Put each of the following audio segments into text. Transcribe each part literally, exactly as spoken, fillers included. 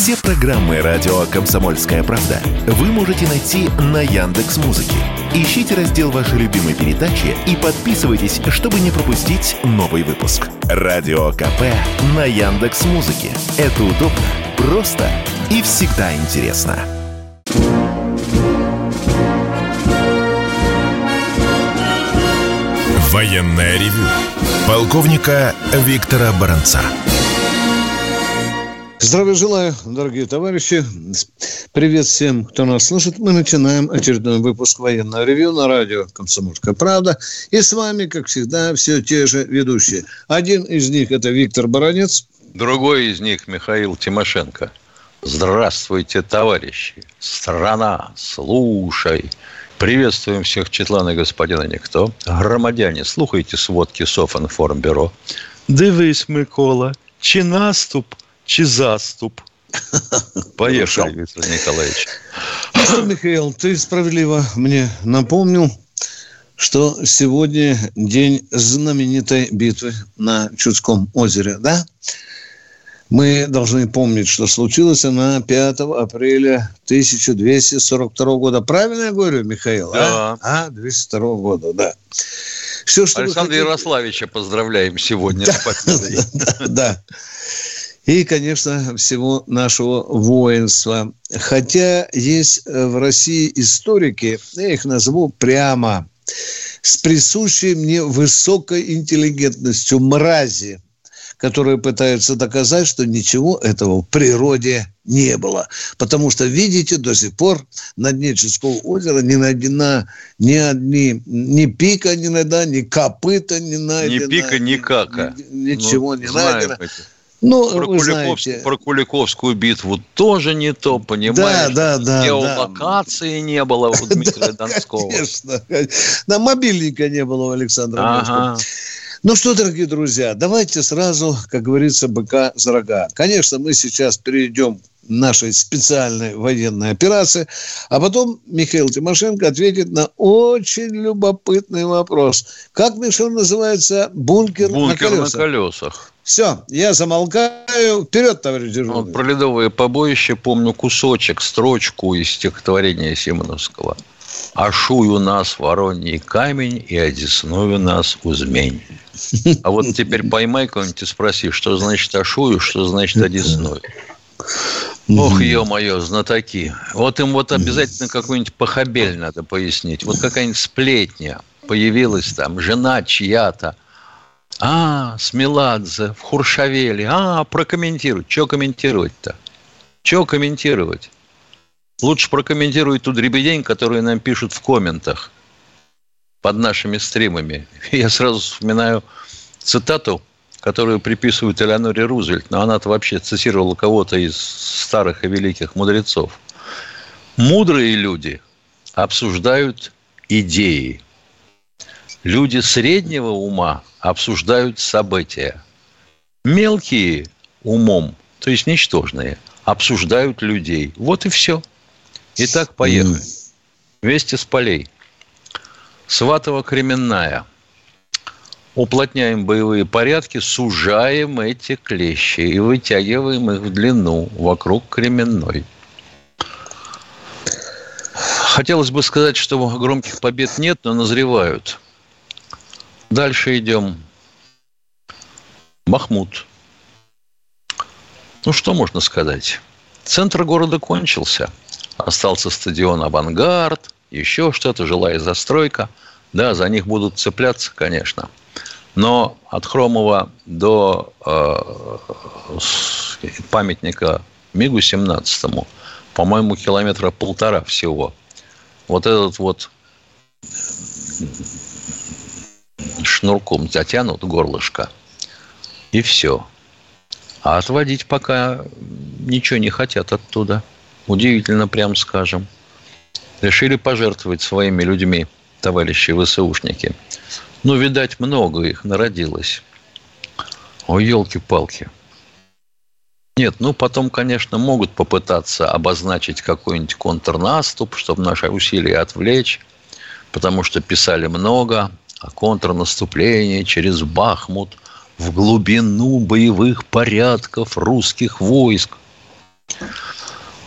Все программы радио «Комсомольская правда» вы можете найти на Яндекс.Музыке. Ищите раздел вашей любимой передачи и подписывайтесь, чтобы не пропустить новый выпуск. Радио КП на Яндекс.Музыке. Это удобно, просто и всегда интересно. Военное ревю полковника Виктора Баранца. Здравия желаю, дорогие товарищи. Привет всем, кто нас слушает. Мы начинаем очередной выпуск военного ревью на радио «Комсомольская правда». И с вами, как всегда, все те же ведущие. Один из них – это Виктор Баранец. Другой из них – Михаил Тимошенко. Здравствуйте, товарищи. Страна, слушай. Приветствуем всех Четлана и господина Никто. Громадяне, слухайте сводки Софинформбюро. Дивись, Микола, чи наступ, чи заступ. Поехали, Виктор Николаевич. Михаил, ты справедливо мне напомнил, что сегодня день знаменитой битвы на Чудском озере, да? Мы должны помнить, что случилось она пятого апреля тысяча двести сорок второго года. Правильно я говорю, Михаил? Да. А, а двести второго года, да. Все, что Александра хотели... Ярославича поздравляем сегодня с победой. Да, да. И, конечно, всего нашего воинства. Хотя есть в России историки, я их назову прямо, с присущей мне высокой интеллигентностью мрази, которые пытаются доказать, что ничего этого в природе не было. Потому что, видите, до сих пор на дне Чудского озера не найдена ни одни, ни пика не найдена, ни копыта не найдена. Ни пика, ни кака. Ничего ну, не найдено. Эти. Ну, про, вы Куликовск, знаете... про Куликовскую битву тоже не то, понимаешь? Да, да, да. Геолокации да. не было у Дмитрия Донского. Конечно. Да, мобильника не было у Александра Донского. Ага. Ну что, дорогие друзья, давайте сразу, как говорится, быка за рога. Конечно, мы сейчас перейдем к нашей специальной военной операции, а потом Михаил Тимошенко ответит на очень любопытный вопрос. Как, Миша, называется бункер, бункер на колесах? на колесах. Все, я замолкаю. Вперед, товарищ дежурный. Вот про ледовое побоище помню кусочек, строчку из стихотворения Симоновского. «Ашуй у нас Вороний камень, и одесной у нас Узмень». А вот теперь поймай кого-нибудь и спроси, что значит ашую, что значит одесную. Ох, ё-моё, знатоки. Вот им вот обязательно какой-нибудь похабель надо пояснить. Вот какая-нибудь сплетня появилась там, жена чья-то. А, Смеладзе в Хуршавеле. А, прокомментируй. Чё комментировать-то? Чё комментировать? Лучше прокомментируй ту дребедень, которую нам пишут в комментах под нашими стримами. Я сразу вспоминаю цитату, которую приписывают Элеоноре Рузвельт, но она-то вообще цитировала кого-то из старых и великих мудрецов. Мудрые люди обсуждают идеи. Люди среднего ума обсуждают события. Мелкие умом, то есть ничтожные, обсуждают людей. Вот и все. Итак, поехали. Вести с полей. Сватово-Кременная. Уплотняем боевые порядки, сужаем эти клещи и вытягиваем их в длину вокруг Кременной. Хотелось бы сказать, что громких побед нет, но назревают. Дальше идем. Бахмут. Ну, что можно сказать? Центр города кончился. Остался стадион «Авангард», еще что-то, жилая застройка. Да, за них будут цепляться, конечно. Но от Хромова до э, памятника МиГу семнадцатому, по-моему, километра полтора всего. Вот этот вот шнурком затянут горлышко. И все. А отводить пока ничего не хотят оттуда. Удивительно, прям скажем. Решили пожертвовать своими людьми, товарищи ВСУшники. Ну, видать, много их народилось. Ой, елки-палки. Нет, ну, потом, конечно, могут попытаться обозначить какой-нибудь контрнаступ, чтобы наши усилия отвлечь, потому что писали много о контрнаступлении через Бахмут в глубину боевых порядков русских войск.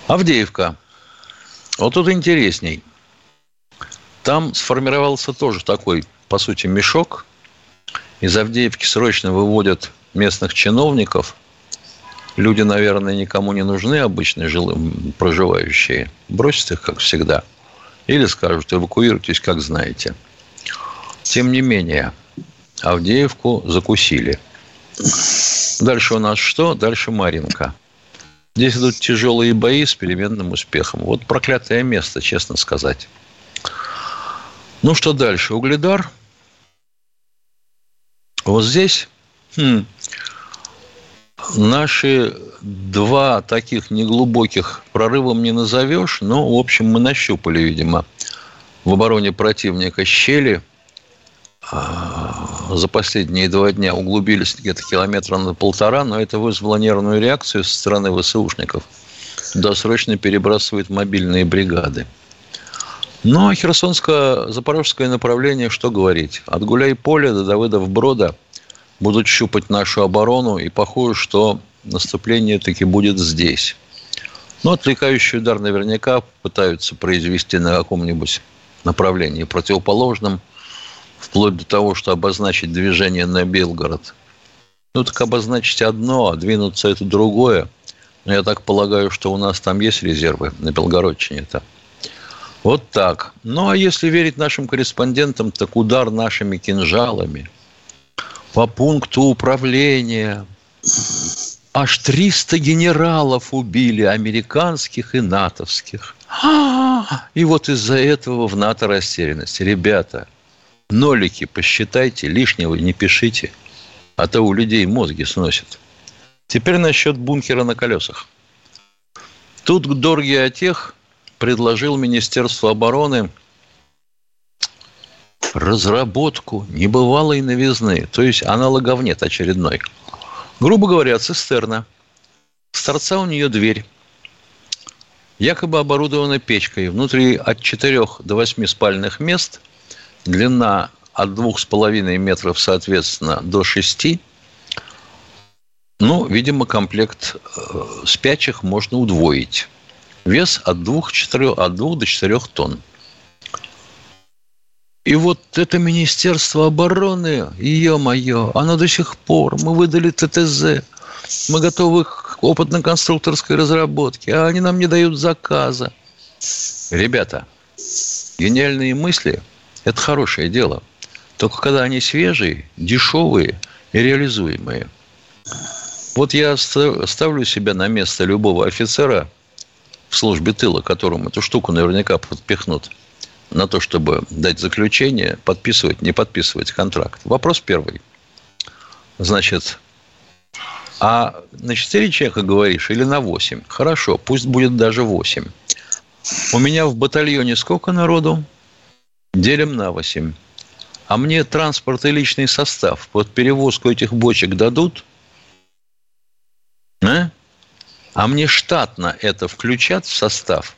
Авдеевка. Вот тут интересней. Там сформировался тоже такой, по сути, мешок. Из Авдеевки срочно выводят местных чиновников. Люди, наверное, никому не нужны, обычные жилые проживающие. Бросят их, как всегда. Или скажут, эвакуируйтесь, как знаете. Тем не менее, Авдеевку закусили. Дальше у нас что? Дальше Марьинка. Здесь идут тяжелые бои с переменным успехом. Вот проклятое место, честно сказать. Ну, что дальше? Угледар. Вот здесь хм, наши два таких неглубоких прорывом не назовешь, но, в общем, мы нащупали, видимо, в обороне противника щели. За последние два дня углубились где-то километра на полтора, но это вызвало нервную реакцию со стороны ВСУшников. Туда срочно перебрасывают мобильные бригады. Ну, а Херсонско-Запорожское направление, что говорить? От Гуляй-Поля до Давыдов-Брода будут щупать нашу оборону, и похоже, что наступление таки будет здесь. Но отвлекающий удар наверняка пытаются произвести на каком-нибудь направлении противоположном, вплоть до того, что обозначить движение на Белгород. Ну, так обозначить одно, а двинуться это другое. Но я так полагаю, что у нас там есть резервы на Белгородчине-то. Вот так. Ну, а если верить нашим корреспондентам, так удар нашими кинжалами по пункту управления. Аж триста генералов убили, американских и натовских. И вот из-за этого в НАТО растерянность. Ребята, нолики посчитайте, лишнего не пишите, а то у людей мозги сносят. Теперь насчет бункера на колесах. Тут Георгий предложил Министерству обороны разработку небывалой новизны, то есть аналогов нет очередной. Грубо говоря, цистерна. С торца у нее дверь. Якобы оборудована печкой. Внутри от четырёх до восьми спальных мест. Длина от двух с половиной метров, соответственно, до шести. Ну, видимо, комплект спячих можно удвоить. Вес от двух, четырёх, от двух до четырёх тонн. И вот это Министерство обороны, ё-моё, оно до сих пор, мы выдали ТТЗ, мы готовы к опытно-конструкторской разработке, а они нам не дают заказа. Ребята, гениальные мысли – это хорошее дело. Только когда они свежие, дешевые и реализуемые. Вот я ставлю себя на место любого офицера в службе тыла, которому эту штуку наверняка подпихнут на то, чтобы дать заключение, подписывать, не подписывать контракт. Вопрос первый. Значит, а на четыре человека говоришь или на восемь? Хорошо, пусть будет даже восемь. У меня в батальоне сколько народу? Делим на восемь. А мне транспорт и личный состав под перевозку этих бочек дадут? А? А мне штатно это включат в состав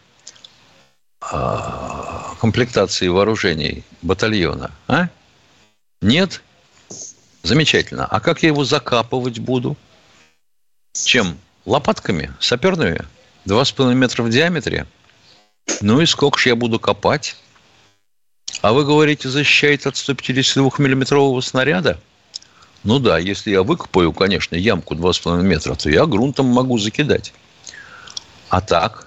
комплектации вооружений батальона? А? Нет? Замечательно. А как я его закапывать буду? Чем? Лопатками? Саперными? Два с половиной метра в диаметре? Ну и сколько же я буду копать? А вы говорите, защищает от сто пятидесятидвухмиллиметрового снаряда? Ну да, если я выкопаю, конечно, ямку два с половиной метра, то я грунтом могу закидать. А так?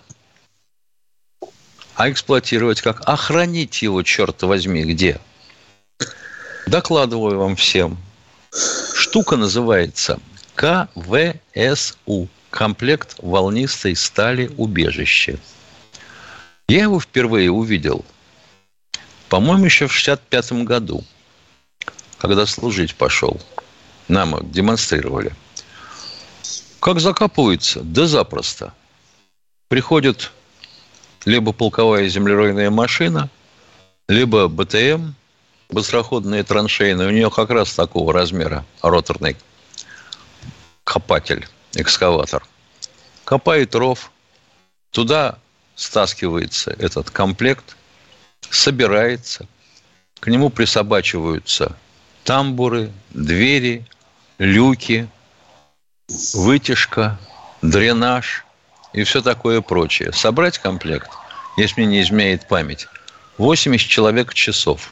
А эксплуатировать как? А хранить его, черт возьми, где? Докладываю вам всем. Штука называется ка вэ эс у. Комплект волнистой стали убежище. Я его впервые увидел, по-моему, еще в шестьдесят пятом году, когда служить пошел. Нам демонстрировали. Как закапывается? Да запросто. Приходит либо полковая землеройная машина, либо бэ тэ эм, быстроходные траншейные. У нее как раз такого размера роторный копатель, экскаватор. Копает ров. Туда стаскивается этот комплект, собирается. К нему присобачиваются тамбуры, двери, люки, вытяжка, дренаж, и все такое прочее. Собрать комплект, если мне не изменяет память, восемьдесят человек часов.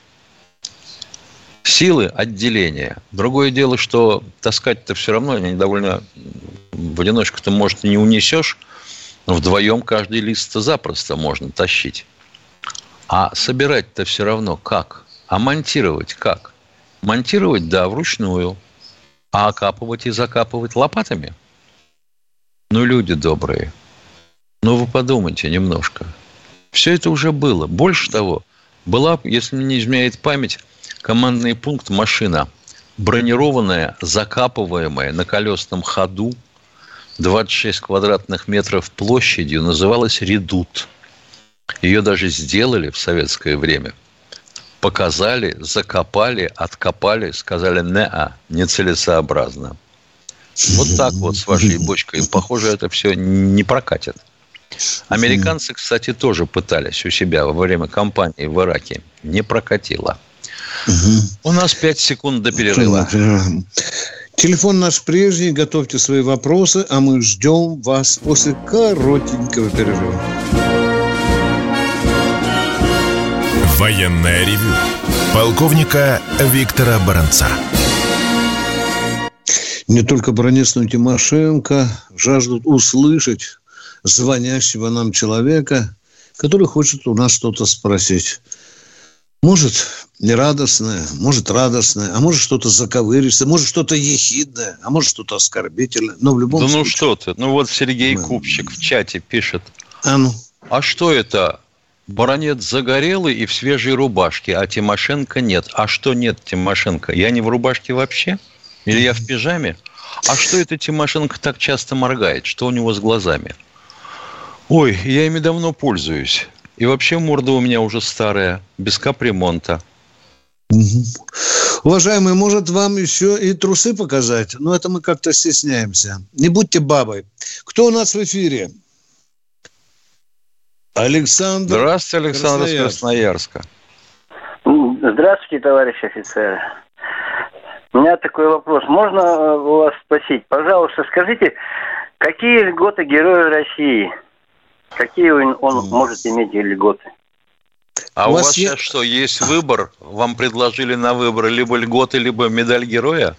Силы отделения. Другое дело, что таскать-то все равно они довольно в одиночку-то, может, не унесешь, но вдвоем каждый лист-то запросто можно тащить. А собирать-то все равно как? А монтировать как? Монтировать, да, вручную. А окапывать и закапывать лопатами? Ну, люди добрые. Ну, вы подумайте немножко. Все это уже было. Больше того, была, если мне не изменяет память, командный пункт машина, бронированная, закапываемая на колесном ходу, двадцать шесть квадратных метров площадью, называлась «Редут». Ее даже сделали в советское время. Показали, закопали, откопали, сказали «не-а, нецелесообразно». Вот так вот с вашей бочкой. Похоже, это все не прокатит. Американцы, кстати, тоже пытались у себя во время кампании в Ираке. Не прокатило. Угу. У нас пять секунд до перерыва. Телефон наш прежний. Готовьте свои вопросы, а мы ждем вас после коротенького перерыва. Военное ревю полковника Виктора Баранца. Не только Баранец, но и Тимошенко жаждут услышать звонящего нам человека, который хочет у нас что-то спросить. Может, нерадостное, может, радостное, а может, что-то заковыристое, может, что-то ехидное, а может, что-то оскорбительное. Но в любом да случае... ну что ты, ну вот Сергей Мы... Купчик в чате пишет. А ну? А что это? Баранец загорелый и в свежей рубашке, а Тимошенко нет. А что нет Тимошенко? Я не в рубашке вообще? Или я в пижаме? А что это Тимошенко так часто моргает? Что у него с глазами? Ой, я ими давно пользуюсь. И вообще морда у меня уже старая, без капремонта. Угу. Уважаемый, может вам еще и трусы показать? Но это мы как-то стесняемся. Не будьте бабой. Кто у нас в эфире? Александр. Здравствуйте, Александр из Красноярска. Здравствуйте, товарищ офицер. У меня такой вопрос. Можно у вас спросить? Пожалуйста, скажите, какие льготы Героя России? Какие он, он может иметь льготы? А у, у вас есть... сейчас что, есть выбор? Вам предложили на выбор либо льготы, либо медаль Героя?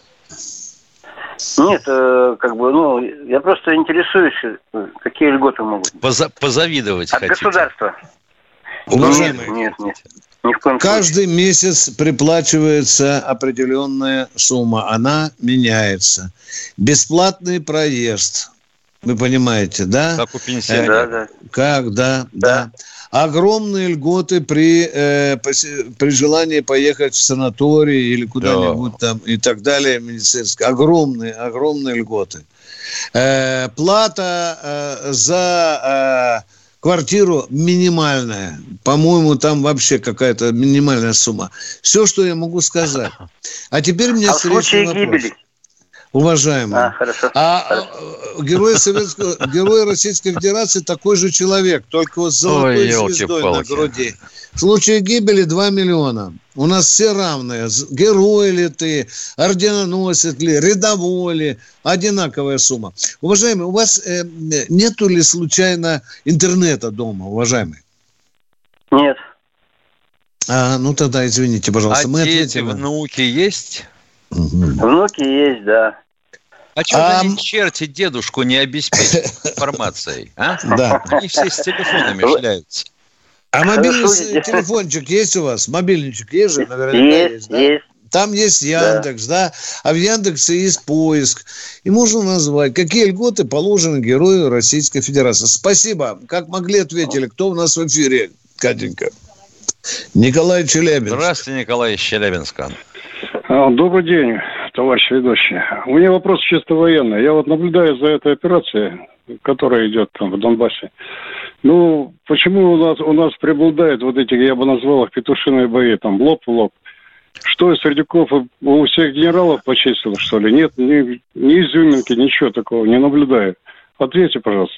Нет, как бы, ну, я просто интересуюсь, какие льготы могут быть. Поза- позавидовать От хотите? От государства. Уважаемый, нет, нет, нет. Ни в коем каждый случае. месяц приплачивается определенная сумма. Она меняется. Бесплатный проезд. Вы понимаете, да? Как у пенсионера. Да, да. Как, да, да. да. Огромные льготы при, э, при желании поехать в санаторий или куда-нибудь да. там и так далее, медицинское. Огромные, огромные льготы. Э, плата э, за э, квартиру минимальная. По-моему, там вообще какая-то минимальная сумма. Все, что я могу сказать. А теперь мне а в случае вопрос. гибели? Уважаемый, а, хорошо, а хорошо. Герой Советского, герой Российской Федерации такой же человек, только вот с золотой Ой, звездой на груди. В случае гибели два миллиона. У нас все равные. Герой ли ты, орденоносец ли, рядовой ли. Одинаковая сумма. Уважаемый, у вас э, нету ли случайно интернета дома, уважаемый? Нет. А, ну тогда извините, пожалуйста. А Мы дети, ответим. внуки есть? Угу. Внуки есть, да. А что а... они черти дедушку не обеспечат информацией, а? Да. Они все с телефонами шляются. А мобильный телефончик есть у вас? Мобильничек есть же, наверняка есть, есть, да? Есть. Там есть Яндекс, да. да, а в Яндексе есть поиск. И можно назвать, какие льготы положены герою Российской Федерации. Спасибо. Как могли, ответили. Кто у нас в эфире, Катенька? Николай Челябинск. Здравствуйте, Николай из Челябинска. Добрый день, товарищ ведущий. У меня вопрос чисто военный. Я вот наблюдаю за этой операцией, которая идет там в Донбассе. Ну, почему у нас, у нас преобладают вот эти, я бы назвал их, петушиные бои, там, лоб в лоб? Что, Сердюков у всех генералов почистил, что ли? Нет, ни, ни изюминки, ничего такого не наблюдаю. Ответьте, пожалуйста.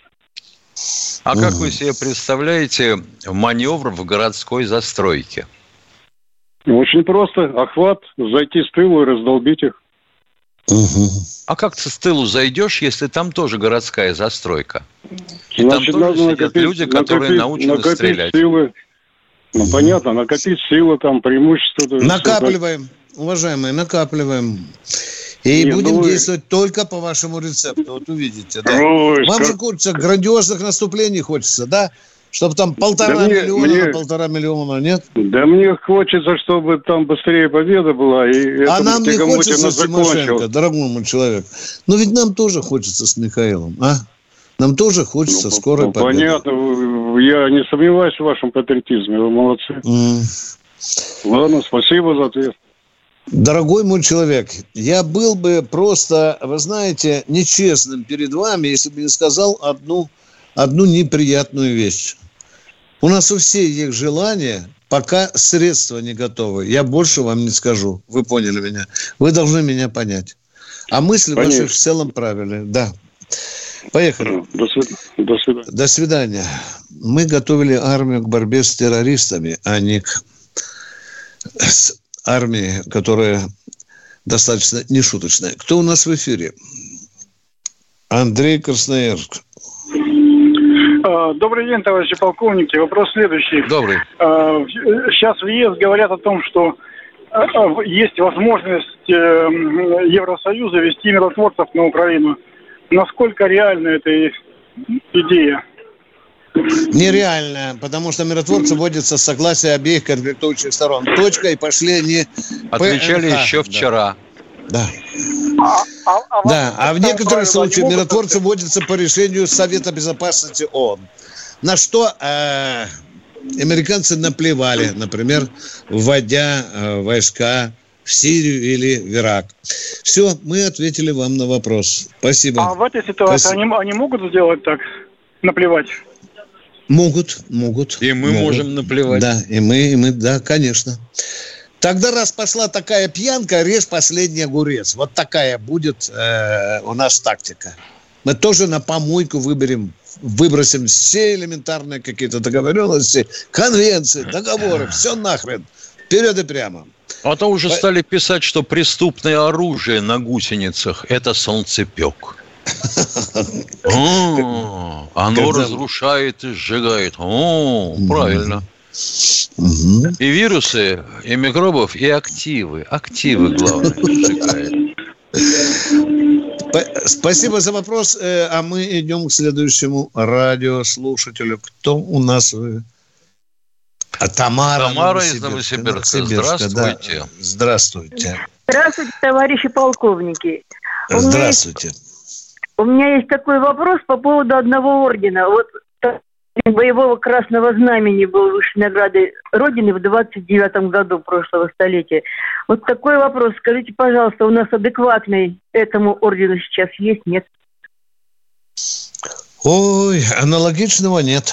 А как вы себе представляете маневр в городской застройке? Очень просто. Охват, зайти с тыла и раздолбить их. Угу. А как ты с тылу зайдешь, если там тоже городская застройка? И Значит, там тоже сидят накопить, люди, которые накопить, научены накопить стрелять. Силы. Ну, понятно, накопить силы, там, преимущества. Накапливаем, уважаемые, накапливаем. И Нет, будем ну вы... действовать только по вашему рецепту. Вот увидите, да. Ой, Вам как... же хочется грандиозных наступлений, хочется, да? Чтобы там полтора да мне, миллиона мне... на полтора миллиона, нет? Да мне хочется, чтобы там быстрее победа была. И а нам не хочется с Тимошенко, закончил. дорогой мой человек. Но ведь нам тоже хочется с Михаилом, а? Нам тоже хочется ну, скорой ну, победы. Понятно, я не сомневаюсь в вашем патриотизме, вы молодцы. Mm. Ладно, спасибо за ответ. Дорогой мой человек, я был бы просто, вы знаете, нечестным перед вами, если бы не сказал одну, одну неприятную вещь. У нас у всех есть желание, пока средства не готовы. Я больше вам не скажу. Вы поняли меня. Вы должны меня понять. А мысли Конечно. ваши в целом правильные. Да. Поехали. До свидания. До свидания. До свидания. Мы готовили армию к борьбе с террористами, а не к с армией, которая достаточно нешуточная. Кто у нас в эфире? Андрей, Красноярск. Добрый день, товарищи полковники. Вопрос следующий. Добрый. Сейчас в ЕС говорят о том, что есть возможность Евросоюза ввести миротворцев на Украину. Насколько реальна эта идея? Нереально, потому что миротворцы вводятся с согласия обеих конфликтующих сторон. Точка, и пошли они... Отвечали ПНХ. еще вчера. Да. А, а, а Да, а в некоторых случаях могут... миротворцы вводятся по решению Совета Безопасности ООН. На что э, американцы наплевали, например, вводя э, войска в Сирию или в Ирак. Все, мы ответили вам на вопрос. Спасибо. А в этой ситуации они, они могут сделать так? Наплевать? Могут, могут. И мы могут. можем наплевать. Да, и мы, и мы, да, конечно. Тогда, раз пошла такая пьянка, режь последний огурец. Вот такая будет э, у нас тактика. Мы тоже на помойку выберем, выбросим все элементарные какие-то договоренности, конвенции, договоры, все нахрен. Вперед и прямо. А то уже стали писать, что преступное оружие на гусеницах – это солнцепек. Оно разрушает и сжигает. О, правильно. И вирусы, и микробов, и активы. Активы, главное, сжигает. Спасибо за вопрос. А мы идем к следующему радиослушателю. Кто у нас? А Тамара, Тамара из Новосибирска. Здравствуйте. Да. Здравствуйте. Здравствуйте, товарищи полковники. Здравствуйте. У меня есть такой вопрос по поводу одного ордена. Вот боевого Красного Знамени был высшей наградой Родины в двадцать девятом году прошлого столетия. Вот такой вопрос. Скажите, пожалуйста, у нас адекватный этому ордену сейчас есть, нет? Ой, аналогичного нет.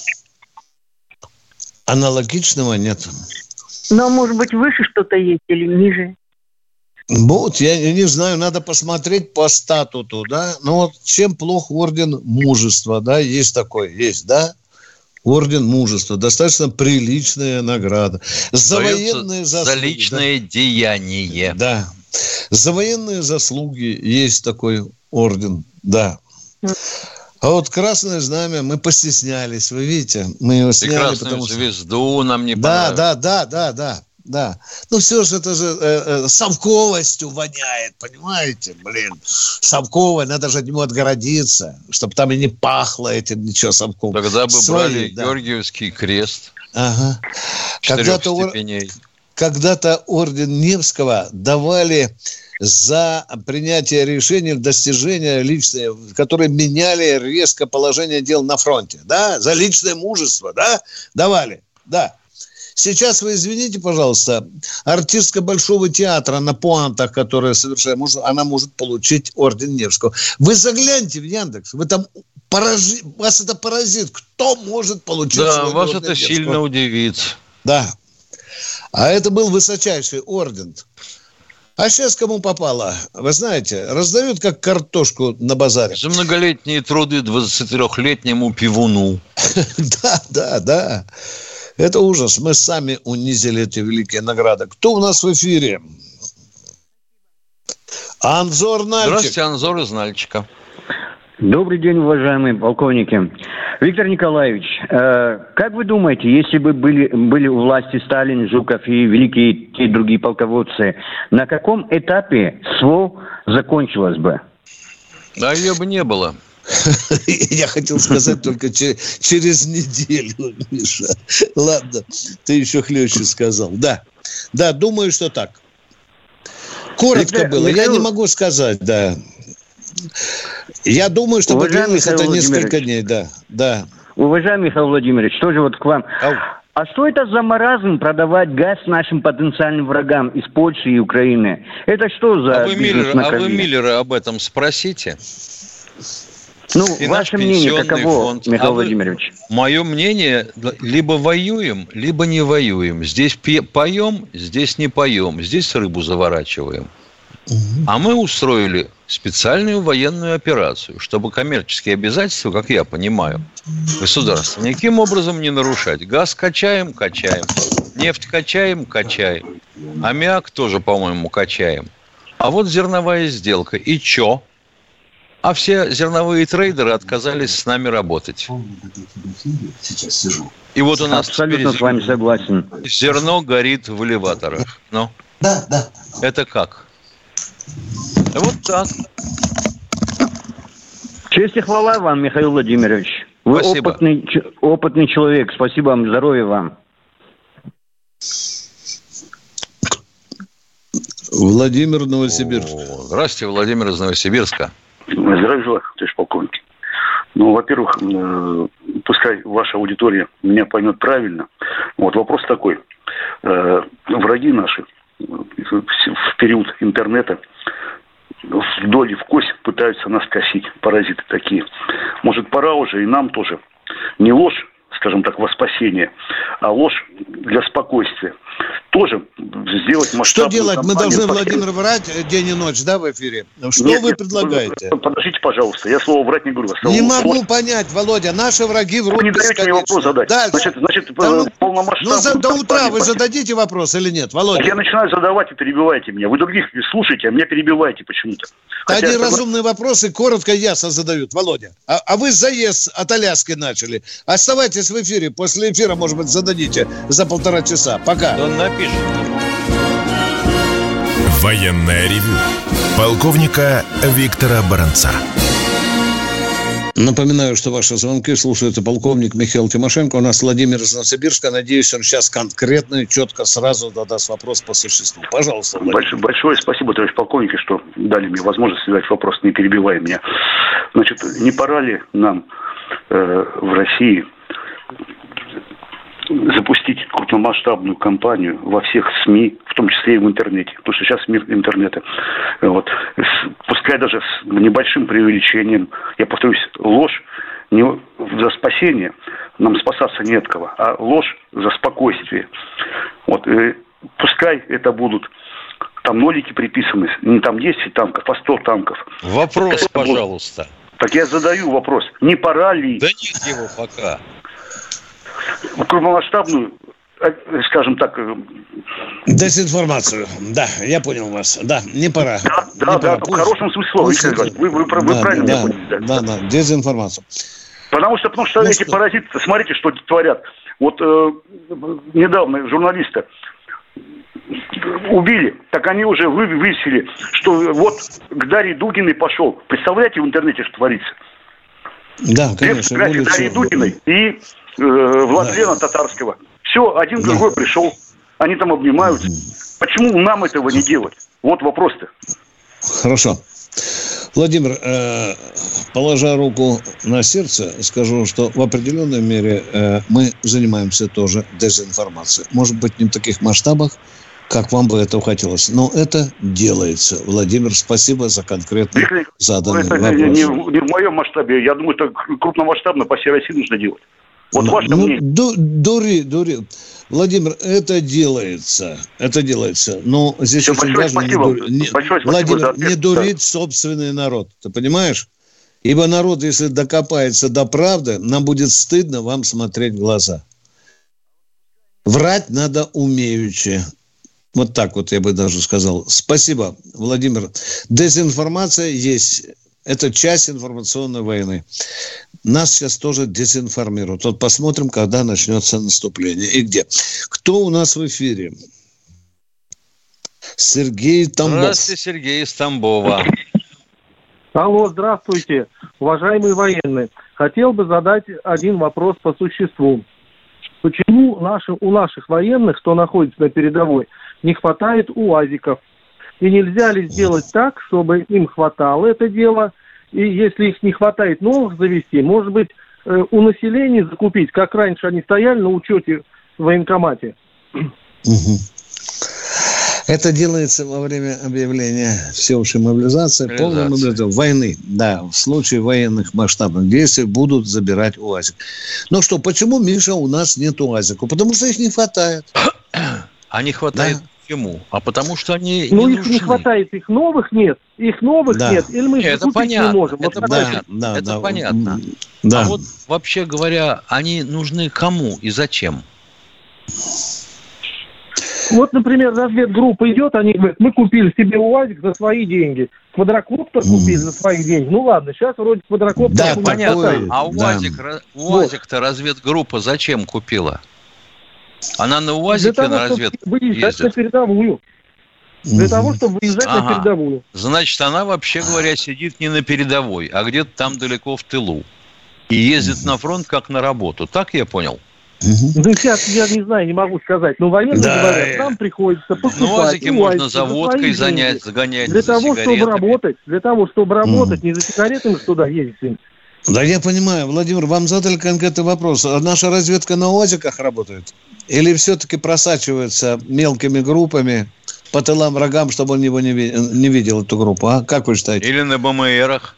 Аналогичного нет. Но, может быть, выше что-то есть или ниже? Вот, я не знаю, надо посмотреть по статуту, да. Ну вот чем плох орден мужества, да, есть такой, есть, да. Орден мужества, достаточно приличная награда. За военные заслуги. За личное да. деяние. Да. За военные заслуги есть такой орден, да. А вот Красное Знамя мы постеснялись, вы видите, мы его сняли. И Красную потому что... звезду нам не да, понравилось. Да, да, да, да, да. Ну все же это же э, э, совковостью воняет, понимаете, блин. Совковое, надо же от него отгородиться, чтобы там и не пахло этим ничего совковым. Тогда бы Свои, брали да. Георгиевский крест. Ага. Четырех Когда-то, степеней. Когда-то орден Невского давали за принятие решений, достижения личные, которые меняли резко положение дел на фронте, да, за личное мужество, да, давали, да. Сейчас вы извините, пожалуйста, артистка Большого театра на пуантах, которая совершает, может, она может получить орден Невского. Вы загляньте в Яндекс, вы там поражи, вас это поразит, кто может получить да, вас орден это Невского. Сильно удивит. Да. А это был высочайший орден. А сейчас кому попало? Вы знаете, раздают как картошку на базаре. За многолетние труды двадцатитрёхлетнему пивуну. Да, да, да. Это ужас. Мы сами унизили эти великие награды. Кто у нас в эфире? Анзор Нальчик. Здравствуйте, Анзор из Нальчика. Добрый день, уважаемые полковники. Виктор Николаевич, э, как вы думаете, если бы были, были у власти Сталин, Жуков и великие те другие полководцы, на каком этапе СВО закончилось бы? Да ее бы не было. Я хотел сказать только через неделю, Миша. Ладно, ты еще хлеще сказал. Да, да, думаю, что так. Коротко Виктор, было, Михаил... я не могу сказать, да. Я думаю, что подлилось это несколько дней, да, да. Уважаемый Михаил Владимирович, тоже вот к вам. Ау. А что это за маразм продавать газ нашим потенциальным врагам из Польши и Украины? Это что за а вы бизнес Миллера, на А вы Миллера об этом спросите. Ну, и ваше мнение каково, фонд. Михаил а Владимирович? Вы, мое мнение, либо воюем, либо не воюем. Здесь поем, здесь не поем, здесь рыбу заворачиваем. Угу. А мы устроили специальную военную операцию, чтобы коммерческие обязательства, как я понимаю, государство никаким образом не нарушать. Газ качаем, качаем. Нефть качаем, качаем. Аммиак тоже, по-моему, качаем. А вот зерновая сделка. И чё? А все зерновые трейдеры отказались с нами работать. Сейчас сижу. И вот у нас абсолютно с вами согласен. Зерно горит в элеваторах. Ну? Да, да. Это как? Вот так. Честь и хвала вам, Михаил Владимирович. Вы опытный, опытный человек. Спасибо вам, здоровья вам. Владимир, Новосибирск. О, здравствуйте, Владимир из Новосибирска. Здравия желаю, товарищ полковник. Ну, во-первых, пускай ваша аудитория меня поймет правильно. Вот вопрос такой. Враги наши в период интернета вдоль и вкось пытаются нас косить, паразиты такие. Может, пора уже и нам тоже не ложь, скажем так, во спасение, а ложь для спокойствия. Тоже сделать масштабную Что делать? кампанию. Мы должны, Владимир, врать день и ночь, да, в эфире? Что нет, вы нет, предлагаете? Подождите, пожалуйста, я слово врать не говорю. Не могу ложь. понять, Володя, наши враги врут бесконечно. Не даете мне вопрос задать. Да, значит, значит да, полномасштабную... Ну, за, до утра вы зададите вопрос или нет, Володя? Я начинаю задавать и перебиваете меня. Вы других слушаете, а меня перебиваете почему-то. Хотя Они это... разумные вопросы коротко и ясно задают, Володя. А, а вы заезд от Аляски начали. Оставайтесь в эфире. После эфира, может быть, зададите за полтора часа. Пока. Он напишет. Военное ревю полковника Виктора Баранца. Напоминаю, что ваши звонки слушает полковник Михаил Тимошенко. У нас Владимир из Новосибирска. Надеюсь, он сейчас конкретно и четко сразу задаст вопрос по существу. Пожалуйста, Владимир. Большое, большое спасибо, товарищ полковник, что дали мне возможность задать вопрос, не перебивая меня. Значит, не пора ли нам э, в России запустить крупномасштабную кампанию во всех СМИ, в том числе и в интернете, потому что сейчас мир интернета. Вот. Пускай даже с небольшим преувеличением, я повторюсь, ложь не за спасение, нам спасаться не от кого, а ложь за спокойствие. Вот. И пускай это будут там нолики приписаны, не там десять танков, а сто танков. Вопрос, это пожалуйста. Будет. Так я задаю вопрос. Не пора ли... Да нет его пока. Крупномасштабную, скажем так... Дезинформацию. Да, я понял вас. Да, не пора. Да, не да, пора. да, в хорошем смысле слова. Вы, вы, вы, да, вы правильно да, меня поняли. Да, да, да, дезинформацию. Потому что, потому что ну, эти что? паразиты, смотрите, что творят. Вот э, недавно журналиста убили, так они уже вывесили, что вот к Дарье Дугиной пошел. Представляете, в интернете что творится? Да, конечно. К Дарье Дугиной и Владлена да. Татарского. Все, один да. другой пришел. Они там обнимаются. Почему нам этого не делать? Вот вопрос-то. Хорошо. Владимир, э, положа руку на сердце, скажу, что в определенной мере э, мы занимаемся тоже дезинформацией. Может быть, не в таких масштабах, как вам бы этого хотелось. Но это делается. Владимир, спасибо за конкретно Виктор, заданный это вопрос. Не, не в моем масштабе. Я думаю, это крупномасштабно по всей России нужно делать. Вот ваше ну, мнение. Дури, дури. Владимир, это делается. Это делается. Но здесь Все, очень важно не, дури... не... Владимир, не дурить да. собственный народ. Ты понимаешь? Ибо народ, если докопается до правды, нам будет стыдно вам смотреть в глаза. Врать надо умеючи. Вот так вот я бы даже сказал. Спасибо, Владимир. Дезинформация есть. Это часть информационной войны. Нас сейчас тоже дезинформируют. Вот посмотрим, когда начнется наступление и где. Кто у нас в эфире? Сергей Тамбов. Здравствуйте, Сергей из Тамбова. Алло, здравствуйте, уважаемые военные. Хотел бы задать один вопрос по существу. Почему наши, у наших военных, кто находится на передовой, не хватает УАЗиков? И нельзя ли сделать так, чтобы им хватало это дело? И если их не хватает, новых завести, может быть, у населения закупить, как раньше они стояли на учете в военкомате? Угу. Это делается во время объявления всеобщей мобилизации, полной мобилизации, войны. Да, в случае военных масштабных действий будут забирать УАЗик. Ну что, почему, Миша, у нас нет УАЗиков? Потому что их не хватает. А не хватает да. Почему? А потому что они ну, не их нужны. не хватает, их новых нет. Их новых да. нет. Или мы их это понятно, не можем. Это, вот понятно. Да, это да, понятно. Да. А вот вообще говоря, они нужны кому и зачем? Вот, например, разведгруппа идет, они говорят, мы купили себе УАЗик за свои деньги. Квадрокоптер купили за свои деньги. Ну ладно, сейчас вроде квадрокоптер... Да, понятно. Такой, а УАЗик, да. УАЗик-то разведгруппа зачем купила? Она на УАЗике того, на разведку выезжать ездит? На передовую. Для того, чтобы выезжать ага. на передовую. Значит, она, вообще говоря, сидит не на передовой, а где-то там далеко в тылу. И ездит на фронт как на работу. Так я понял? Ну, сейчас я не знаю, не могу сказать. Но военные да. говорят, нам приходится покупать. Ну, УАЗики можно за водкой занять, загонять. Для за того, сигаретами. чтобы работать, для того, чтобы работать, mm. не за сигаретами туда ездить. Да, я понимаю. Владимир, вам задали конкретный вопрос. А наша разведка на УАЗиках работает? Или все-таки просачивается мелкими группами по тылам врагам, чтобы он его не, ви- не видел, эту группу? А? Как вы считаете? Или на БМРах?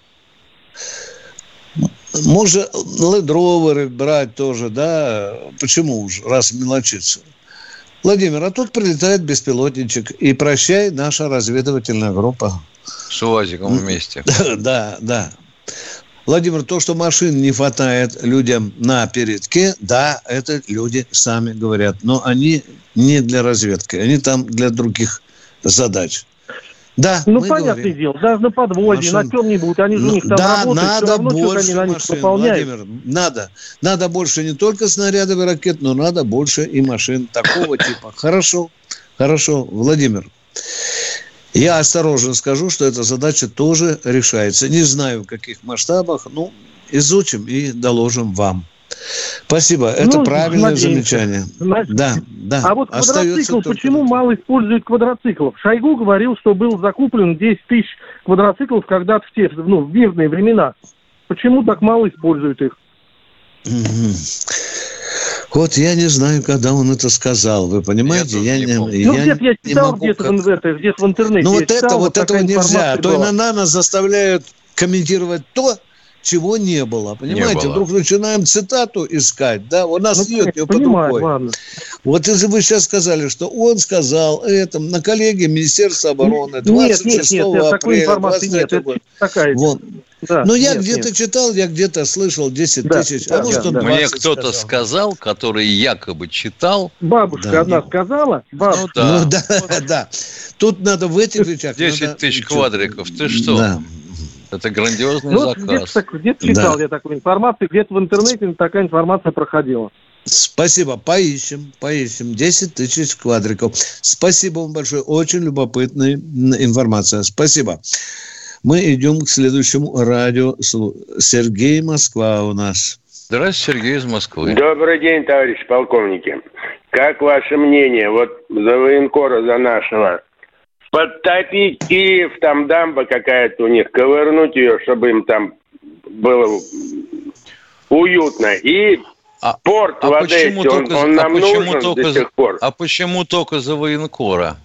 Может, лендроверы брать тоже, да? Почему уж, раз мелочиться? Владимир, а тут прилетает беспилотничек, и прощай наша разведывательная группа. С УАЗиком вместе. Да, да. Владимир, то, что машин не хватает людям на передке, да, это люди сами говорят. Но они не для разведки, они там для других задач. Да, ну, понятное говорим. Дело, даже на подводе, машин. На чем-нибудь, они же ну, у них там да, работают, надо все равно больше они машин, выполняют. Владимир, надо. Надо больше не только снарядов и ракет, но надо больше и машин такого типа. Хорошо, хорошо, Владимир. Я осторожно скажу, что эта задача тоже решается. Не знаю, в каких масштабах, ну, изучим и доложим вам. Спасибо, это ну, правильное надеемся. Замечание. Значит, да, да. А вот квадроцикл, почему только... мало используют квадроциклов? Шойгу говорил, что был закуплен десять тысяч квадроциклов когда-то в те, ну, в мирные времена. Почему так мало используют их? Вот я не знаю, когда он это сказал, вы понимаете? Я, я, не, не, я, ну, где-то я читал, не где-то, как... в, это, где-то в интернете. Ну, вот, читал, это, вот этого нельзя. Была. То иногда нас заставляют комментировать то, чего не было. Понимаете? Не было. Вдруг начинаем цитату искать, да? У нас ну, нет ее под рукой. Ладно. Вот если вы сейчас сказали, что он сказал это на коллеге Министерства обороны двадцать шестого апреля двадцать третьего года. Вот. Да, ну, я нет, где-то нет. читал, я где-то слышал десять да, тысяч. Да, а может, да, он да. Мне кто-то сказал. сказал, который якобы читал. Бабушка да, одна нет. сказала. Бабушка. Ну, да. Ну, да, да. Тут надо в этих речах... десять тысяч квадриков. Ты что? Да. Это грандиозный ну, заказ. Где-то, где-то читал да. я такую информацию, где-то в интернете такая информация проходила. Спасибо. Поищем, поищем. десять тысяч квадриков. Спасибо вам большое. Очень любопытная информация. Спасибо. Мы идем к следующему радио. Сергей, Москва у нас. Здравствуйте, Сергей из Москвы. Добрый день, товарищи полковники. Как ваше мнение, вот за военкора, за нашего, подтопить Киев, там дамба какая-то у них, ковырнуть ее, чтобы им там было уютно. И а, порт а в Одессе, он, только, он нам а нужен только до сих пор. А почему только за военкора?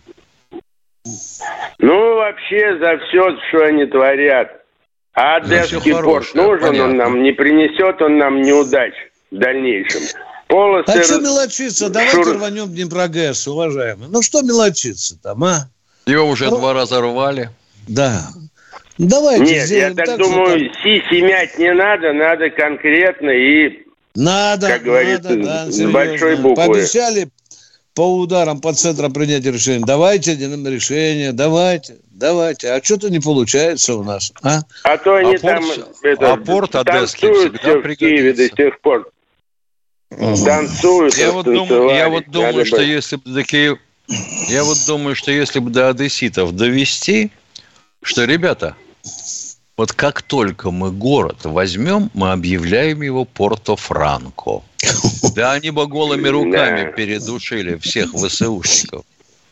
Ну, вообще за все, что они творят. А Одесский порт нужен, понятно. Он нам не принесет, он нам неудач в дальнейшем. Полосы... А что мелочиться? Давайте Шур... рванем Днепрогэс, уважаемые. Ну, что мелочиться там, а? Его уже ну, два раза рвали. Да. Давайте Нет, я так, так думаю, там... си мять не надо, надо конкретно и, надо, как говорится, надо, да, с большой буквы. Пообещали по ударам, по центрам принятия решений. Давайте решение, давайте, давайте. А что-то не получается у нас, а? А то они а там это, а порт танцуют все в Киеве до сих пор. Танцуют. Я вот думаю, я вот думаю, что если бы до Киева, я вот думаю, что если бы до одесситов довести, что, ребята, вот как только мы город возьмем, мы объявляем его Порто-Франко. Да они бы голыми руками передушили всех ВСУшников.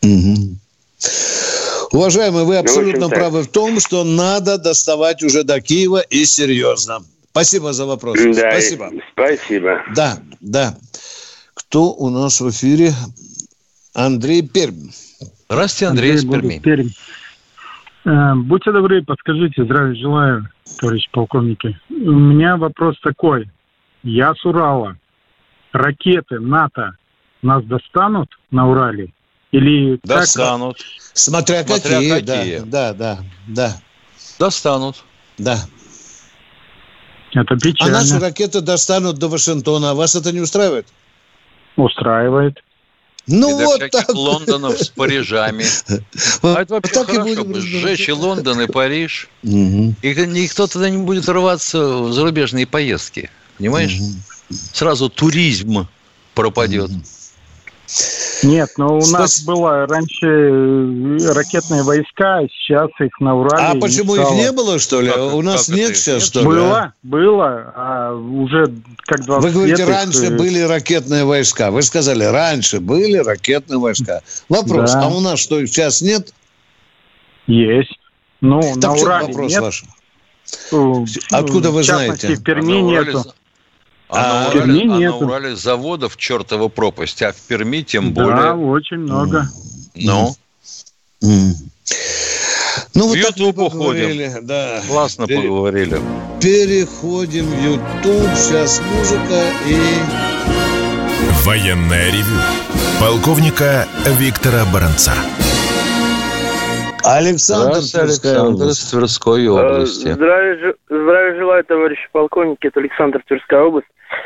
Уважаемые, вы абсолютно правы в том, что надо доставать уже до Киева и серьезно. Спасибо за вопрос. Да, спасибо. Спасибо. Да, да. Кто у нас в эфире? Андрей Пермь. Здравствуйте, Андрей, Андрей из Перми. Пермь. Э, будьте добры, подскажите, здравия желаю, товарищ полковники. У меня вопрос такой. Я с Урала. Ракеты НАТО нас достанут на Урале? Или достанут. Как? Смотря, Смотря какие. какие. Да, да, да. Достанут. Да. Это печально. А наши ракеты достанут до Вашингтона. А вас это не устраивает? Устраивает. Ну и вот до так. Лондонов с Парижами. А это вообще так хорошо бы сжечь и Лондон, и Париж. Угу. И никто тогда не будет рваться в зарубежные поездки. Понимаешь? Угу. Сразу туризм пропадет. Угу. Нет, но у Спас... нас было раньше ракетные войска, сейчас их на Урале. А почему их не было, что ли? Как, у нас нет сейчас, что ли? Было, а? было, а уже как двадцать Вы говорите, лет раньше их... были ракетные войска. Вы сказали, раньше были ракетные войска. Вопрос, да. А у нас что, их сейчас нет? Есть. Ну, так на Урале вопрос нет. ваш? Откуда вы знаете? В Перми нету. А, а, на Урале, а на Урале заводов чертова пропасть, а в Перми тем более. Да, очень много. Ну? Mm. Ну, в вот YouTube уходим. Да. Классно Пере... поговорили. Переходим в YouTube. Сейчас музыка и... Военное ревю полковника Виктора Баранца. Александр, Александр из Тверской области. Здравия, здравия желаю, товарищи полковники. Это Александр, Тверская область.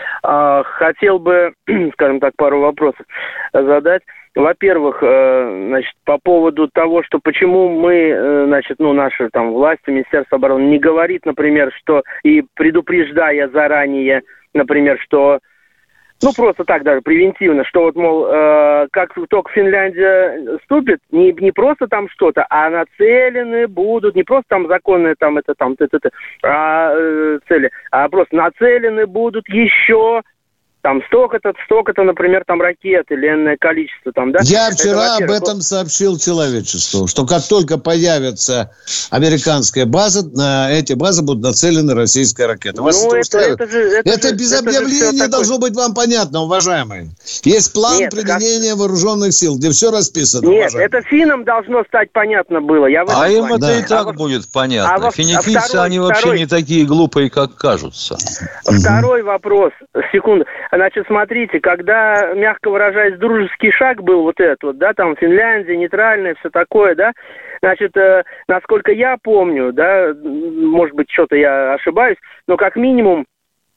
Хотел бы, скажем так, пару вопросов задать. Во-первых, значит, по поводу того, что почему мы, значит, ну, наши там власти, Министерство обороны не говорит, например, что и предупреждая заранее, например, что ну, просто так даже, превентивно, что вот, мол, э, как только Финляндия вступит, не, не просто там что-то, а нацелены будут, не просто там законные там это там, т -т -т, а, э, цели, а просто нацелены будут еще там столько-то, столько-то, например, там ракет или энное количество там, да? Я вчера это, об этом сообщил человечеству, что как только появится американская база, на эти базы будут нацелены российские ракеты. Вас ну, это, это, это, же, это, это же, без это объявления должно такое... быть вам понятно, уважаемые. Есть план Нет, применения как... вооруженных сил, где все расписано. Нет, уважаемые. Это финнам должно стать понятно было. Я а им это да. и так а будет понятно. А во... Финикийцы, а второй, они второй... вообще не такие глупые, как кажутся. Второй угу. вопрос. Секунду. Значит, смотрите, когда, мягко выражаясь, дружеский шаг был вот этот вот, да, там Финляндия, нейтральная, все такое, да, значит, э, насколько я помню, да, может быть, что-то я ошибаюсь, но как минимум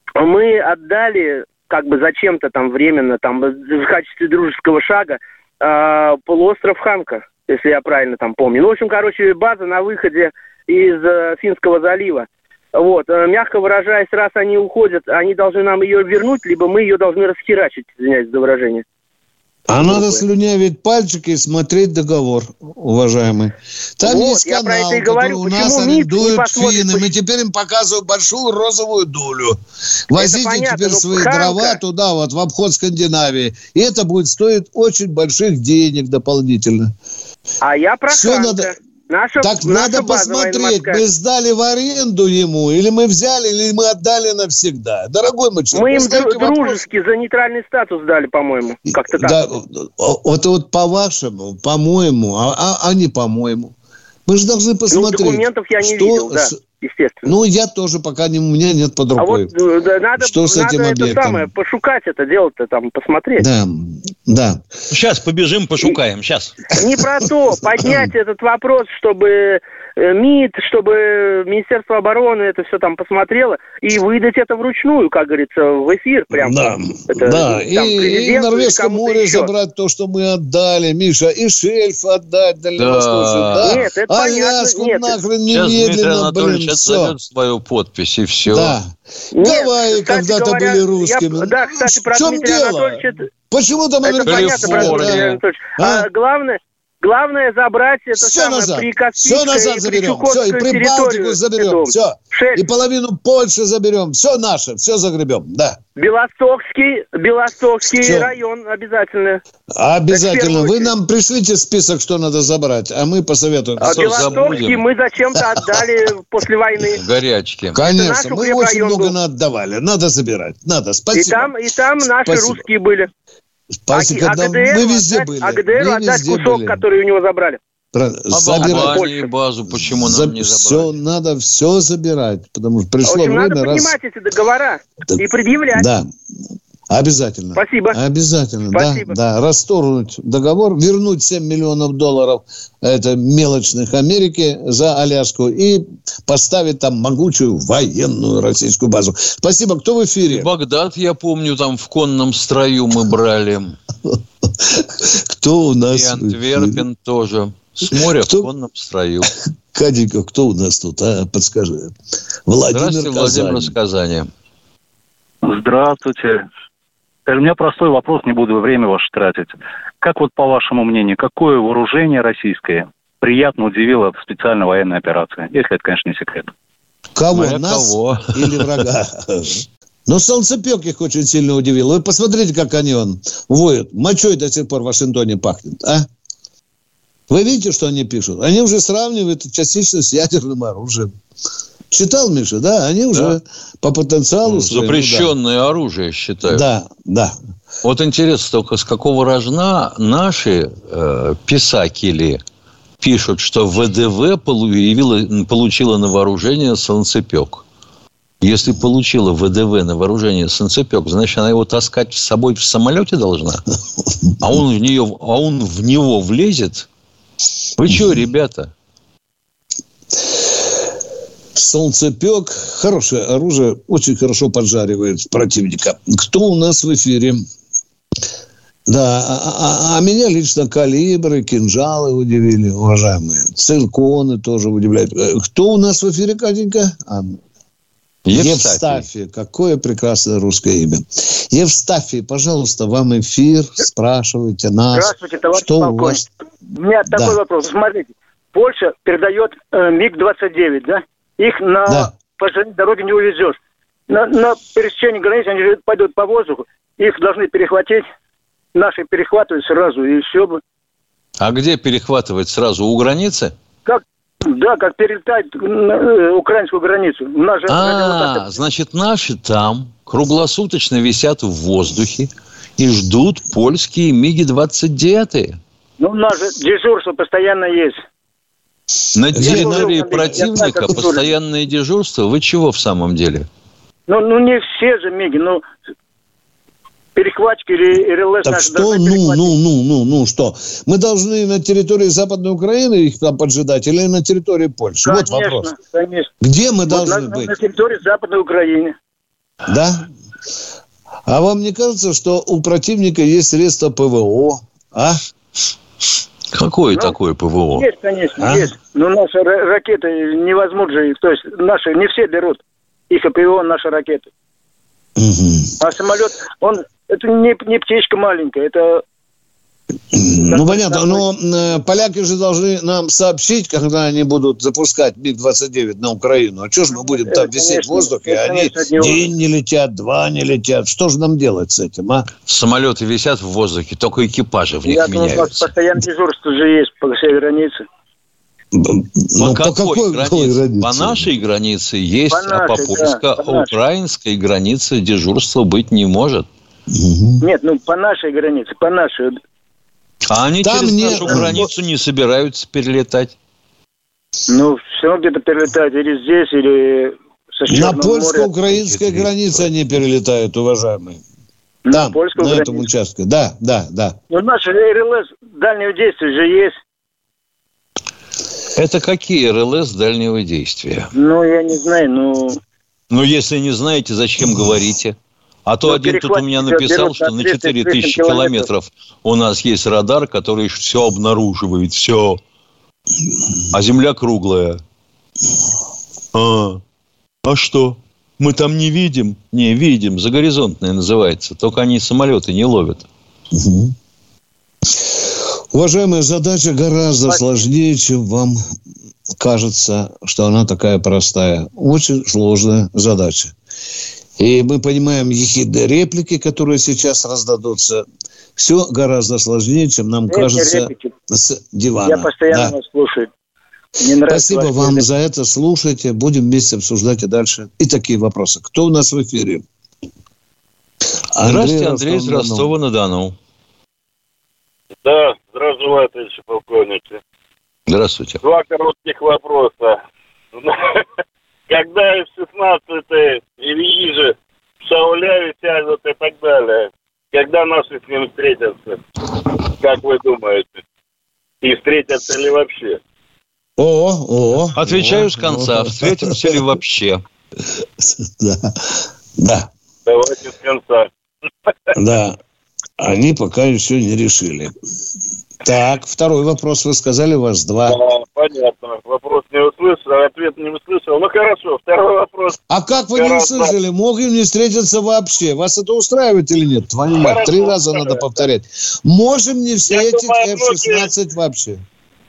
мы отдали, как бы зачем-то там временно, там, в качестве дружеского шага э, полуостров Ханка, если я правильно там помню. Ну, в общем, короче, база на выходе из э, Финского залива. Вот, мягко выражаясь, раз они уходят, они должны нам ее вернуть, либо мы ее должны расхерачить, извиняюсь за выражение. А вот надо слюнявить пальчики и смотреть договор, уважаемый. Там вот, есть канал, который говорю, у нас арендуют финны. Мы теперь им показываем большую розовую дулю. Возите понятно, теперь свои Ханка... дрова туда, вот, в обход Скандинавии. И это будет стоить очень больших денег дополнительно. А я про Все Ханка. надо... Наша, так наша надо посмотреть, мы сдали в аренду ему, или мы взяли, или мы отдали навсегда. Дорогой мой человек, мы им дру- дружески за нейтральный статус дали, по-моему. Как-то так. Да, вот, вот по-вашему, по-моему, а, а, а не по-моему. Мы же должны посмотреть. Ну, документов я не что, видел, да, естественно. Ну, я тоже пока не, у меня нет под рукой. А вот да, надо, что с этим надо объектом? Это самое, пошукать это дело-то, там, посмотреть. Да, да. Сейчас побежим, пошукаем, сейчас. Не про то, поднять этот вопрос, чтобы МИД, чтобы Министерство обороны это все там посмотрело и выдать это вручную, как говорится, в эфир прям. Да, это, да. Там, и, и в Норвежском море еще. забрать то, что мы отдали, Миша, и шельф отдать дальневосточный. Да. Да. Нет, это Аляску понятно. нахрен Сейчас немедленно, Дмитрий Анатольевич блин, отзовет свою подпись, и все. Да. Нет, Гавайи когда-то говоря, были русскими. Я, да, кстати, про в чем Дмитрия дело? Анатольевича... Почему там это понятно, про Дмитрия Анатольевича. А? А, главное... Главное забрать это все самое назад. при Каспийской все назад и заберем. при Все, и Прибалтику заберем. Все. Шесть. И половину Польши заберем. Все наше, все загребем. Да. Белостокский, Белостокский все. Район обязательно. Обязательно. Вы нам пришлите список, что надо забрать, а мы посоветуем. А Белостокский мы зачем-то отдали после войны. Горячки. Конечно, мы очень много отдавали. Надо забирать. Надо. Спасибо. И там, и там наши Спасибо. русские были. Спасибо. А, а ГДР мы везде отдать, были. А ГДР отдать кусок, были. Который у него забрали. Забирать базу, почему За... нам не забрать? Все, надо все забирать, потому что пришло в общем, время... надо раз... поднимать эти договора да. И предъявлять. Да, обязательно. Спасибо. Обязательно, Спасибо. да, да. Расторгнуть договор, вернуть семь миллионов долларов, это мелочных Америки за Аляску и поставить там могучую военную российскую базу. Спасибо. Кто в эфире? Багдад, я помню, там в конном строю мы брали. Кто у нас? И Антверпен тоже. С моря кто? В конном строю. Кадиков, кто у нас тут? А? Подскажи. Владимир Здравствуйте, Владимир из Казани. Здравствуйте. У меня простой вопрос, не буду время ваше тратить. Как вот по вашему мнению, какое вооружение российское приятно удивило в специальной военной операции? Если это, конечно, не секрет. Кого? Моя нас кого? Или врага? Но солнцепек их очень сильно удивил. Вы посмотрите, как они он воют. Мочой до сих пор в Вашингтоне пахнет, а? Вы видите, что они пишут? Они уже сравнивают частично с ядерным оружием. Читал, Миша, да? Они уже да. по потенциалу... Запрещенное своему, да. оружие считают. Да, да. Вот интересно только, с какого рожна наши э, писакели пишут, что ВДВ получила, получила на вооружение солнцепек. Если получила ВДВ на вооружение солнцепек, значит, она его таскать с собой в самолете должна? А он в, нее, а он в него влезет? Вы что, ребята? Солнцепек, хорошее оружие, очень хорошо поджаривает противника. Кто у нас в эфире? Да, а, а, а меня лично калибры, кинжалы удивили, уважаемые. Цирконы тоже удивляют. Кто у нас в эфире, Катенька? Евстафий. Евстафий. Какое прекрасное русское имя. Евстафий, пожалуйста, вам эфир, спрашивайте нас. Здравствуйте, товарищ что полковник. У вас... У меня да. такой вопрос. Смотрите, Польша передает э, МиГ двадцать девять, да? Их на да. пожарной дороге не увезешь. На, на пересечении границы они пойдут по воздуху, их должны перехватить. Наши перехватывают сразу, и все бы. А где перехватывать сразу? У границы? Как? Да, как перелетать на украинскую границу. Нас же, а, вот значит, наши там круглосуточно висят в воздухе и ждут польские МиГи двадцать девять. Ну, у нас же дежурство постоянно есть. На территории противника знаю, постоянное дежурство? Вы чего в самом деле? Ну, ну не все же МиГи, ну... Перехватчики или РЛС... Так что, ну, ну, ну, ну, ну, что? Мы должны на территории Западной Украины их там поджидать или на территории Польши? Конечно, вот вопрос. Конечно. Где мы вот должны на, быть? На территории Западной Украины. Да? А вам не кажется, что у противника есть средства ПВО? А? Какое ну, такое ПВО? Есть, конечно, а? есть. Но наши ракеты невозможно... То есть наши не все берут. Их ПВО наши ракеты. Угу. А самолет, он... Это не, не птичка маленькая, это... Ну, понятно, но э, поляки же должны нам сообщить, когда они будут запускать МиГ двадцать девять на Украину. А что же мы будем там висеть конечно, в воздухе, а они конечно, день не летят, два не летят. Что же нам делать с этим, а? Самолеты висят в воздухе, только экипажи в них Я меняются. У нас постоянное дежурство же есть по всей границе. Ну, по, по какой, какой границе? границе? По нашей границе есть, по нашей, а по польско-украинской да, границе дежурства быть не может. Нет, ну по нашей границе, по нашей. А они там через нет. нашу границу не собираются перелетать? Ну, все где-то перелетают, или здесь, или со Черного На польско-украинской моря. Границе они перелетают, уважаемые. Там, на, на этом участке. Да, да, да. Ну, наши РЛС дальнего действия же есть. Это какие эр эл эс дальнего действия? Ну, я не знаю, ну... Ну, если не знаете, зачем говорите? А то ну, один тут у меня написал, что на четыре тысячи километров у нас есть радар, который все обнаруживает, все. А Земля круглая. А, а что? Мы там не видим? Не, видим. Загоризонтная называется. Только они самолеты не ловят. Угу. Уважаемая, задача гораздо сложнее, чем вам кажется, что она такая простая. Очень сложная задача. И мы понимаем ехидные реплики, которые сейчас раздадутся. Все гораздо сложнее, чем нам Эти кажется реплики. С дивана. Я постоянно да. слушаю. Мне Спасибо вам реплики. За это. Слушайте. Будем вместе обсуждать и дальше. И такие вопросы. Кто у нас в эфире? Андрей Здравствуйте, Андрей из Ростова-на-Дону. Да, здравия желаю, товарищи полковники. Здравствуйте. Два коротких вопроса. Когда эф шестнадцать и Виижи в Шауляве сядут и так далее, когда наши с ним встретятся? Как вы думаете? И встретятся ли вообще? О, о. Отвечаю о, с конца. О. Встретимся ли вообще? Да. Да. Давайте с конца. Да. Они пока еще не решили. Так, второй вопрос. Вы сказали, у вас два. Да, понятно. Вопрос не услышал, ответ не услышал. Ну, хорошо, второй вопрос. А как вы не услышали? Могут не встретиться вообще. Вас это устраивает или нет? Твою мать, три раза надо повторять. Можем не встретить эф шестнадцать вообще.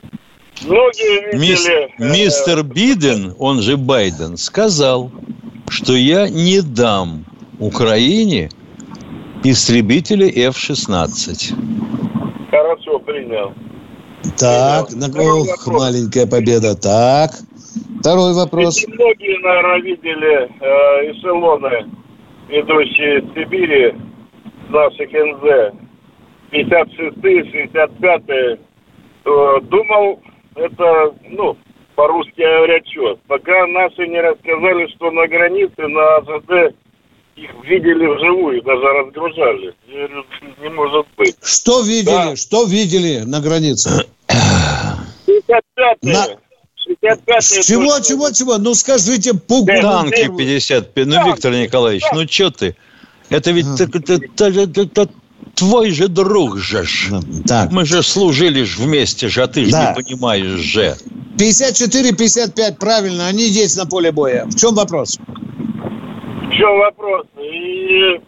Многие видели... Мистер Биден, он же Байден, сказал, что я не дам Украине истребители эф шестнадцать. Хорошо, принял. Так, на ох, маленькая победа. Так, второй вопрос. Ведь многие, наверное, видели э, эшелоны, идущие из Сибири, с наших эн зэ, пятьдесят шестые, шестьдесят пятые. Э, думал, это, ну, по-русски говоря, что? Пока наши не рассказали, что на границе, на а жэ дэ, их видели вживую, даже разгружали. Я говорю, не может быть. Что видели? Да. Что видели на границе? шестьдесят пятые. На... шестьдесят пятые. Чего, точно. чего, чего? Ну, скажите, пугу. Танки пятьдесят пять. Ну, да. Виктор Николаевич, да. ну, что ты? Это ведь а. это, это, это, это твой же друг же ж. Так. Мы же служили ж вместе же, а ты же да. не понимаешь же. пятьдесят четыре пятьдесят пять, правильно, они есть на поле боя. В чем вопрос? В чем вопрос? И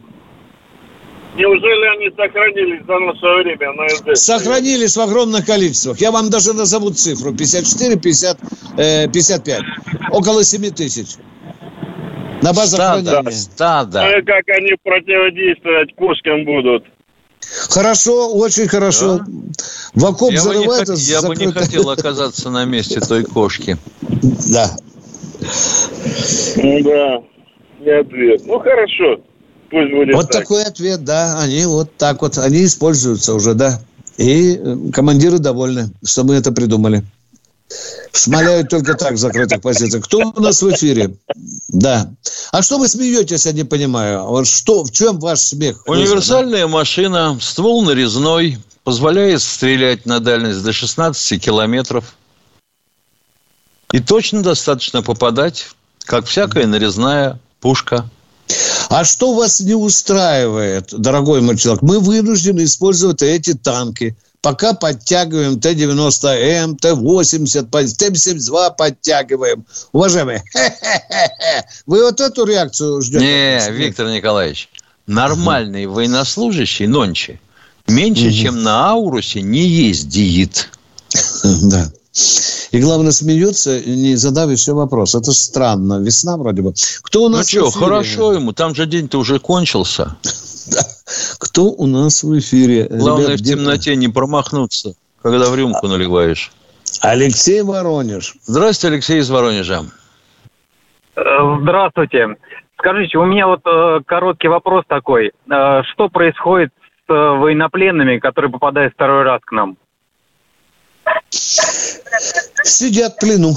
неужели они сохранились за наше время на эн зэ? Сохранились в огромных количествах. Я вам даже назову цифру. пятьдесят четыре пятьдесят, пятьдесят пять. Около семь тысяч. На базах хранения. Стадо. Ну и как они противодействовать кошкам будут? Хорошо, очень хорошо. Да. В окоп я зарывается. Бы не, я закрыто... бы не хотел оказаться на месте той кошки. Да. Да. Не ответ. Ну, хорошо. Пусть будет вот так. такой ответ, да. Они вот так вот, они используются уже, да. И командиры довольны, что мы это придумали. Шмаляют только так в закрытых позициях. Кто у нас в эфире? Да. А что вы смеетесь, я не понимаю. Вот что, в чем ваш смех? Универсальная машина, ствол нарезной, позволяет стрелять на дальность до шестнадцати километров. И точно достаточно попадать, как всякая нарезная пушка. А что вас не устраивает, дорогой мой человек? Мы вынуждены использовать эти танки. Пока подтягиваем Т девяносто М, Т восемьдесят, Т семьдесят два подтягиваем. Уважаемые, вы вот эту реакцию ждете? Не, Виктор Николаевич, нормальный uh-huh. военнослужащий нонче меньше, uh-huh. чем на Аурусе, не ездит. Да. И главное, смеется, не задав еще вопрос. Это странно. Весна вроде бы. Кто у нас ну что, хорошо ему. Там же день-то уже кончился. Кто у нас в эфире? Главное, Ребят, в темноте не промахнуться, когда в рюмку наливаешь. Алексей Воронеж. Здравствуйте, Алексей из Воронежа. Здравствуйте. Скажите, у меня вот э, короткий вопрос такой. Э, что происходит с э, военнопленными, которые попадают второй раз к нам? Сидят в плену.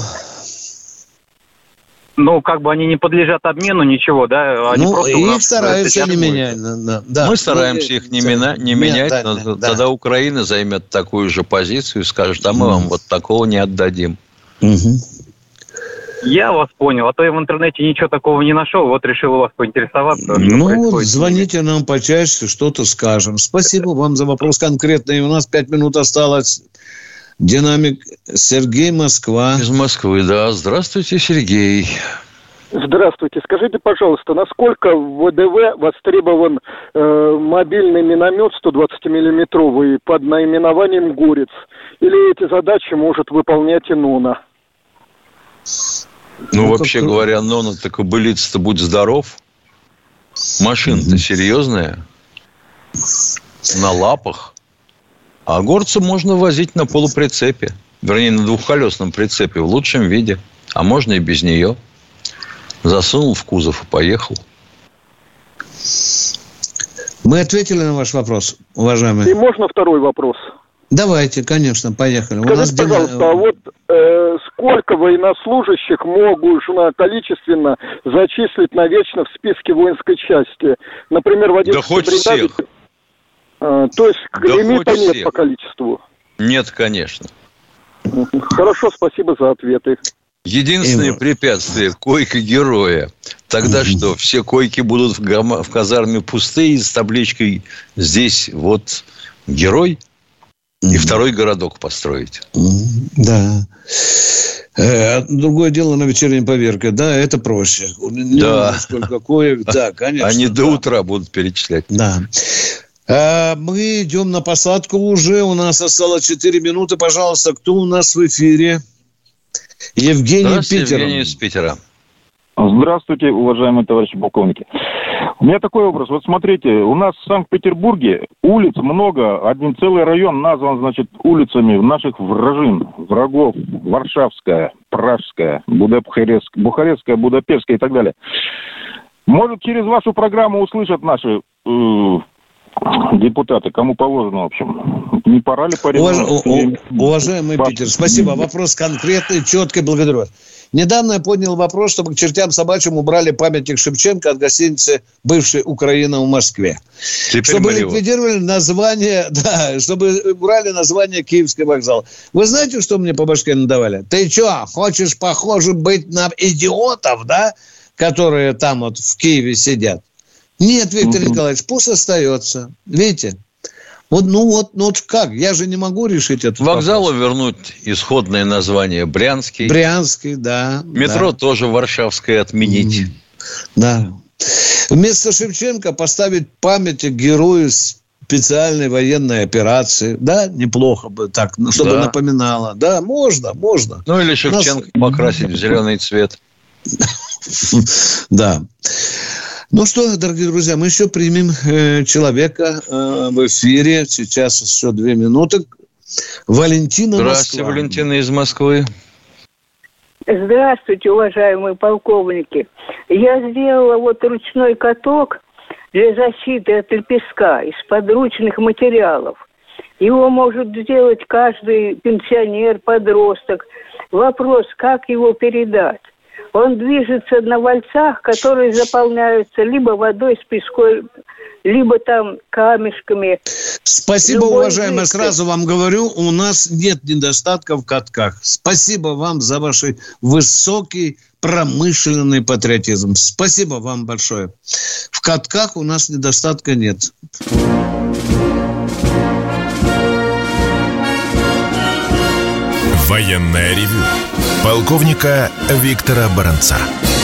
Ну, как бы они не подлежат обмену, ничего, да? Они ну, просто их нас, стараются не менять. Да, да. Мы стараемся ну, их не, мина, не менять, но да. тогда Украина займет такую же позицию и скажет, а мы вам вот такого не отдадим. Угу. Я вас понял, а то я в интернете ничего такого не нашел, вот решил у вас поинтересоваться. Ну вот, звоните нам почаще, что-то скажем. Спасибо вам за вопрос конкретный. У нас пять минут осталось. Динамик Сергей, Москва. Из Москвы, да. Здравствуйте, Сергей. Здравствуйте. Скажите, пожалуйста, насколько в ВДВ востребован э, мобильный миномет сто двадцать миллиметровый под наименованием «Горец»? Или эти задачи может выполнять и НОНА? Ну, Ну, вообще как-то- говоря, Нона, так кобылица-то будь здоров. Машина-то серьезная. На лапах. А горца можно возить на полуприцепе. Вернее, на двухколесном прицепе в лучшем виде. А можно и без нее. Засунул в кузов и поехал. Мы ответили на ваш вопрос, уважаемый. И можно второй вопрос? Давайте, конечно, поехали. У Скажите, нас Дима- пожалуйста, а вот э, сколько военнослужащих можно количественно зачислить навечно в списке воинской части? Например, в одиннадцатой Да хоть бригаде. всех. Э, то есть Да лимита хоть нет всех. по количеству. Нет, конечно. Хорошо, спасибо за ответы. Единственное Им- препятствие – койка героя. Тогда что, все койки будут в, гама- в казарме пустые с табличкой «Здесь вот герой» и второй городок построить. Да. Э, другое дело на вечерней поверке. Да, это проще. Не Да. знаю, сколько коек. Да, конечно. Они до да. утра будут перечислять. Да. А, мы идем на посадку уже. У нас осталось четыре минуты. Пожалуйста, кто у нас в эфире? Евгений Здравствуйте, Питер. Евгений из Питера. Здравствуйте, уважаемые товарищи полковники. У меня такой вопрос. Вот смотрите, у нас в Санкт-Петербурге улиц много. Один целый район назван, значит, улицами наших вражин, врагов. Варшавская, Пражская, Будапехтская, Бухарестская, Будапештская и так далее. Может, через вашу программу услышат наши э, депутаты, кому положено, в общем. Не пора ли Уваж... порядок? у- у- Уважаемый Питер, спасибо. Вопрос конкретный, четкий, благодарю вас. Недавно я поднял вопрос, чтобы к чертям собачьим убрали памятник Шевченко от гостиницы «Бывшая Украина» в Москве. Теперь чтобы мы его. ликвидировали название, да, чтобы убрали название Киевский вокзал. Вы знаете, что мне по башке надавали? Ты что, хочешь, похоже, быть на идиотов, да, которые там вот в Киеве сидят? Нет, Виктор Мгм. Николаевич, пусть остается. Видите? Вот, ну вот, ну вот как? Я же не могу решить этот Вокзалу вопрос. вернуть исходное название Брянский. Брянский, да. Метро да. тоже Варшавское отменить. Да. Вместо Шевченко поставить памятник герою специальной военной операции. Да, неплохо бы так, чтобы Да. напоминало. Да, можно, можно. Ну или Шевченко покрасить в зеленый цвет. Да. Ну что, дорогие друзья, мы еще примем э, человека э, в эфире. Сейчас еще две минуты. Валентина, Здравствуйте, Москва. Валентина из Москвы. Здравствуйте, уважаемые полковники. Я сделала вот ручной каток для защиты от лепестка из подручных материалов. Его может сделать каждый пенсионер, подросток. Вопрос, как его передать? Он движется на вальцах, которые заполняются либо водой с песком, либо там камешками. Спасибо, Любой уважаемая. жидкость. Сразу вам говорю, у нас нет недостатка в катках. Спасибо вам за ваш высокий промышленный патриотизм. Спасибо вам большое. В катках у нас недостатка нет. Военное ревю полковника Виктора Баранца.